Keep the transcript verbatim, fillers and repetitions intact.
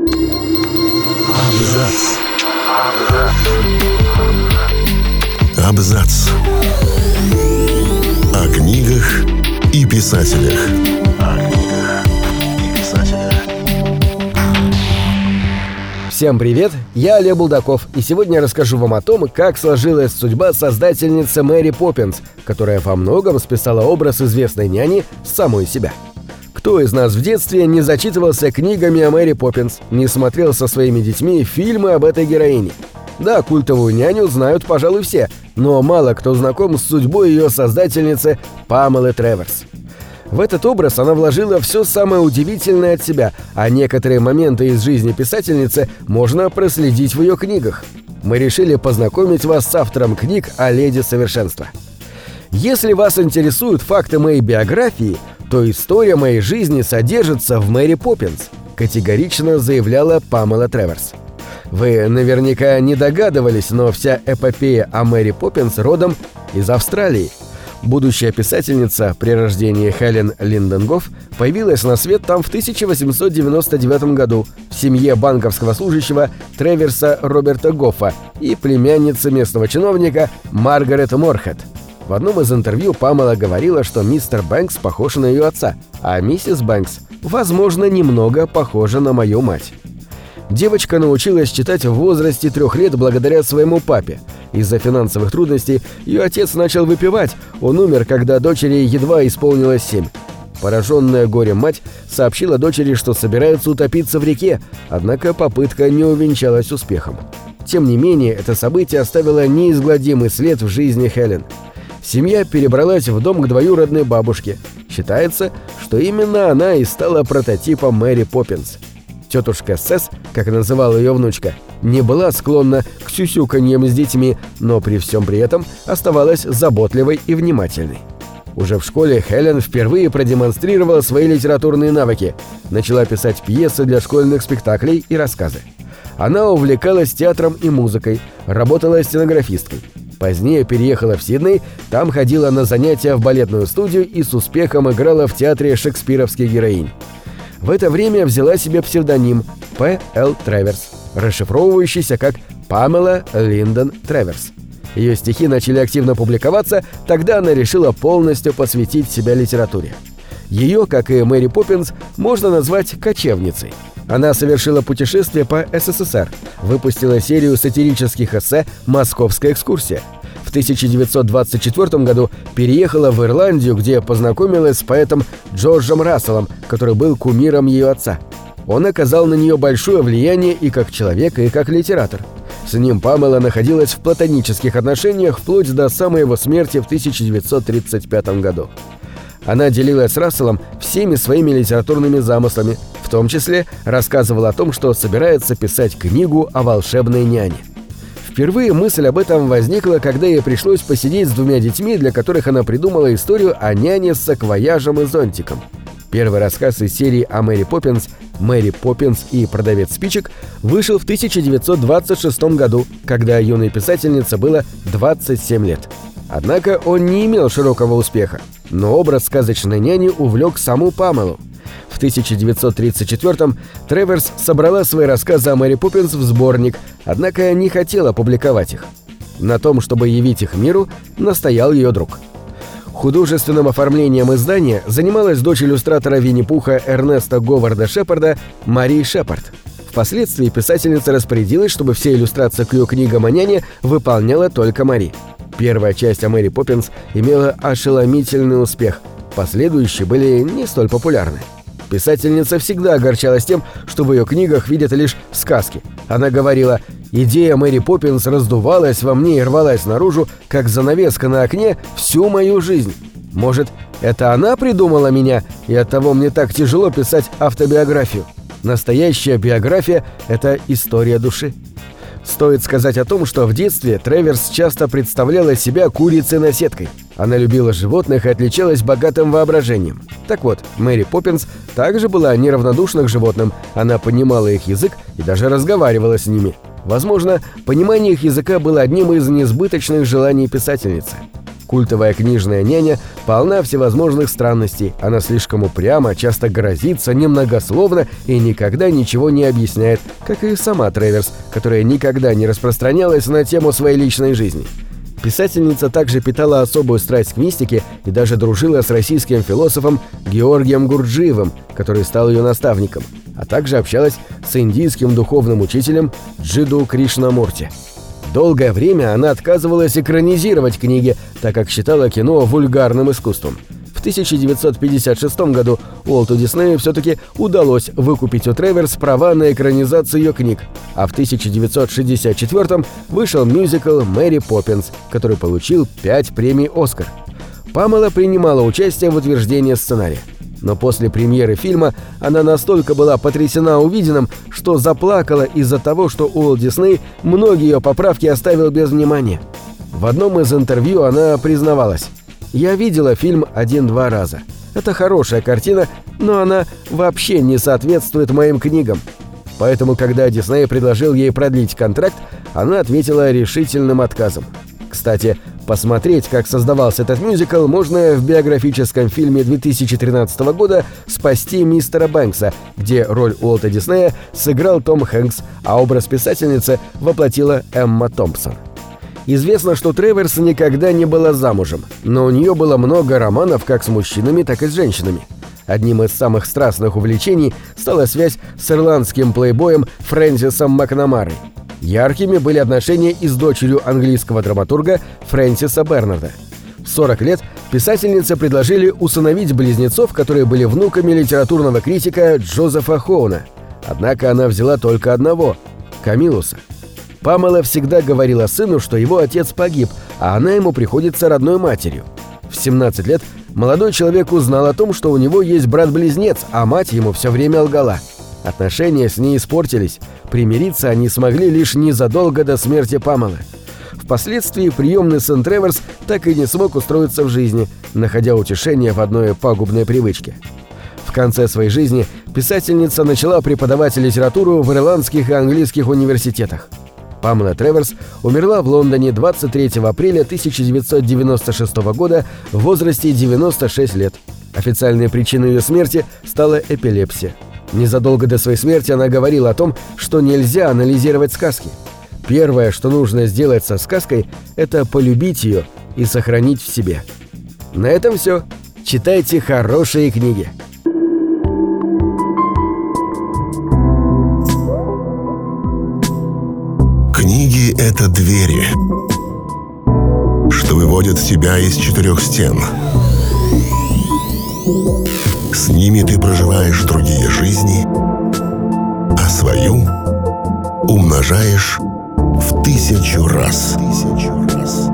Абзац. Абзац. О книгах и писателях. Всем привет, я Олег Булдаков, и сегодня я расскажу вам о том, как сложилась судьба создательницы Мэри Поппинс, которая во многом списала образ известной няни с самой себя. Кто из нас в детстве не зачитывался книгами о Мэри Поппинс, не смотрел со своими детьми фильмы об этой героине? Да, культовую няню знают, пожалуй, все, но мало кто знаком с судьбой ее создательницы Памелы Треверс. В этот образ она вложила все самое удивительное от себя, а некоторые моменты из жизни писательницы можно проследить в ее книгах. Мы решили познакомить вас с автором книг о Леди Совершенства. Если вас интересуют факты моей биографии, то история моей жизни содержится в Мэри Поппинс, категорично заявляла Памела Треверс. Вы наверняка не догадывались, но вся эпопея о Мэри Поппинс родом из Австралии. Будущая писательница при рождении Хелен Линден Гофф появилась на свет там в тысяча восемьсот девяносто девятом году в семье банковского служащего Треверса Роберта Гоффа и племянницы местного чиновника Маргарет Морхэт. В одном из интервью Памела говорила, что мистер Бэнкс похож на ее отца, а миссис Бэнкс, возможно, немного похожа на мою мать. Девочка научилась читать в возрасте трех лет благодаря своему папе. Из-за финансовых трудностей ее отец начал выпивать, он умер, когда дочери едва исполнилось семь. Пораженная горем мать сообщила дочери, что собирается утопиться в реке, однако попытка не увенчалась успехом. Тем не менее, это событие оставило неизгладимый след в жизни Хелен. Семья перебралась в дом к двоюродной бабушке. Считается, что именно она и стала прототипом Мэри Поппинс. Тетушка Сэс, как называла ее внучка, не была склонна к сюсюканьям с детьми, но при всем при этом оставалась заботливой и внимательной. Уже в школе Хелен впервые продемонстрировала свои литературные навыки, начала писать пьесы для школьных спектаклей и рассказы. Она увлекалась театром и музыкой, работала стенографисткой. Позднее переехала в Сидней, там ходила на занятия в балетную студию и с успехом играла в театре шекспировских героинь. В это время взяла себе псевдоним П Л Треверс, расшифровывающийся как Памела Линден Треверс. Ее стихи начали активно публиковаться, тогда она решила полностью посвятить себя литературе. Ее, как и Мэри Поппинс, можно назвать кочевницей. Она совершила путешествие по С С С Р, выпустила серию сатирических эссе «Московская экскурсия». В тысяча девятьсот двадцать четвёртом году переехала в Ирландию, где познакомилась с поэтом Джорджем Расселом, который был кумиром ее отца. Он оказал на нее большое влияние и как человек, и как литератор. С ним Памела находилась в платонических отношениях вплоть до самой его смерти в тысяча девятьсот тридцать пятом году. Она делилась с Расселом всеми своими литературными замыслами, в том числе рассказывала о том, что собирается писать книгу о волшебной няне. Впервые мысль об этом возникла, когда ей пришлось посидеть с двумя детьми, для которых она придумала историю о няне с саквояжем и зонтиком. Первый рассказ из серии о Мэри Поппинс «Мэри Поппинс и продавец спичек» вышел в тысяча девятьсот двадцать шестом году, когда юной писательнице было двадцать семь лет. Однако он не имел широкого успеха, но образ сказочной няни увлек саму Памелу. В тысяча девятьсот тридцать четвёртом Треверс собрала свои рассказы о Мэри Поппинс в сборник, однако не хотела публиковать их. На том, чтобы явить их миру, настоял ее друг. Художественным оформлением издания занималась дочь иллюстратора Винни-Пуха Эрнеста Говарда Шепарда Мари Шепард. Впоследствии писательница распорядилась, чтобы все иллюстрации к ее книгам о няне выполняла только Мари. Первая часть о Мэри Поппинс имела ошеломительный успех, последующие были не столь популярны. Писательница всегда огорчалась тем, что в ее книгах видят лишь сказки. Она говорила: «Идея Мэри Поппинс раздувалась во мне и рвалась наружу, как занавеска на окне, всю мою жизнь. Может, это она придумала меня, и оттого мне так тяжело писать автобиографию? Настоящая биография – это история души». Стоит сказать о том, что в детстве Треверс часто представляла себя курицей-наседкой. Она любила животных и отличалась богатым воображением. Так вот, Мэри Поппинс также была неравнодушна к животным, она понимала их язык и даже разговаривала с ними. Возможно, понимание их языка было одним из несбыточных желаний писательницы. Культовая книжная няня полна всевозможных странностей. Она слишком упряма, часто грозится, немногословна и никогда ничего не объясняет, как и сама Треверс, которая никогда не распространялась на тему своей личной жизни. Писательница также питала особую страсть к мистике и даже дружила с российским философом Георгием Гурджиевым, который стал ее наставником, а также общалась с индийским духовным учителем Джиду Кришнамурти. Долгое время она отказывалась экранизировать книги, так как считала кино вульгарным искусством. В тысяча девятьсот пятьдесят шестом году Уолту Диснею все-таки удалось выкупить у Треверс права на экранизацию ее книг, а в тысяча девятьсот шестьдесят четвёртом вышел мюзикл «Мэри Поппинс», который получил пять премий «Оскар». Памела принимала участие в утверждении сценария. Но после премьеры фильма она настолько была потрясена увиденным, что заплакала из-за того, что Уолт Дисней многие ее поправки оставил без внимания. В одном из интервью она признавалась: «Я видела фильм один-два раза. Это хорошая картина, но она вообще не соответствует моим книгам». Поэтому, когда Дисней предложил ей продлить контракт, она ответила решительным отказом. Кстати, посмотреть, как создавался этот мюзикл, можно в биографическом фильме две тысячи тринадцатого года «Спасти мистера Бэнкса», где роль Уолта Диснея сыграл Том Хэнкс, а образ писательницы воплотила Эмма Томпсон. Известно, что Треверс никогда не была замужем, но у нее было много романов как с мужчинами, так и с женщинами. Одним из самых страстных увлечений стала связь с ирландским плейбоем Фрэнсисом Макнамарой. Яркими были отношения и с дочерью английского драматурга Фрэнсиса Бернарда. В сорок лет писательнице предложили усыновить близнецов, которые были внуками литературного критика Джозефа Хоуна. Однако она взяла только одного – Камилуса. Памела всегда говорила сыну, что его отец погиб, а она ему приходится родной матерью. В семнадцать лет молодой человек узнал о том, что у него есть брат-близнец, а мать ему все время лгала. Отношения с ней испортились, примириться они смогли лишь незадолго до смерти Памелы. Впоследствии приемный сын Треверс так и не смог устроиться в жизни, находя утешение в одной пагубной привычке. В конце своей жизни писательница начала преподавать литературу в ирландских и английских университетах. Памела Треверс умерла в Лондоне двадцать третьего апреля тысяча девятьсот девяносто шестого года в возрасте девяноста шести лет. Официальной причиной ее смерти стала эпилепсия. Незадолго до своей смерти она говорила о том, что нельзя анализировать сказки. Первое, что нужно сделать со сказкой, это полюбить ее и сохранить в себе. На этом все. Читайте хорошие книги. Книги — это двери, что выводят тебя из четырех стен. С ними ты проживаешь другие жизни, а свою умножаешь в тысячу раз. Тысячу раз.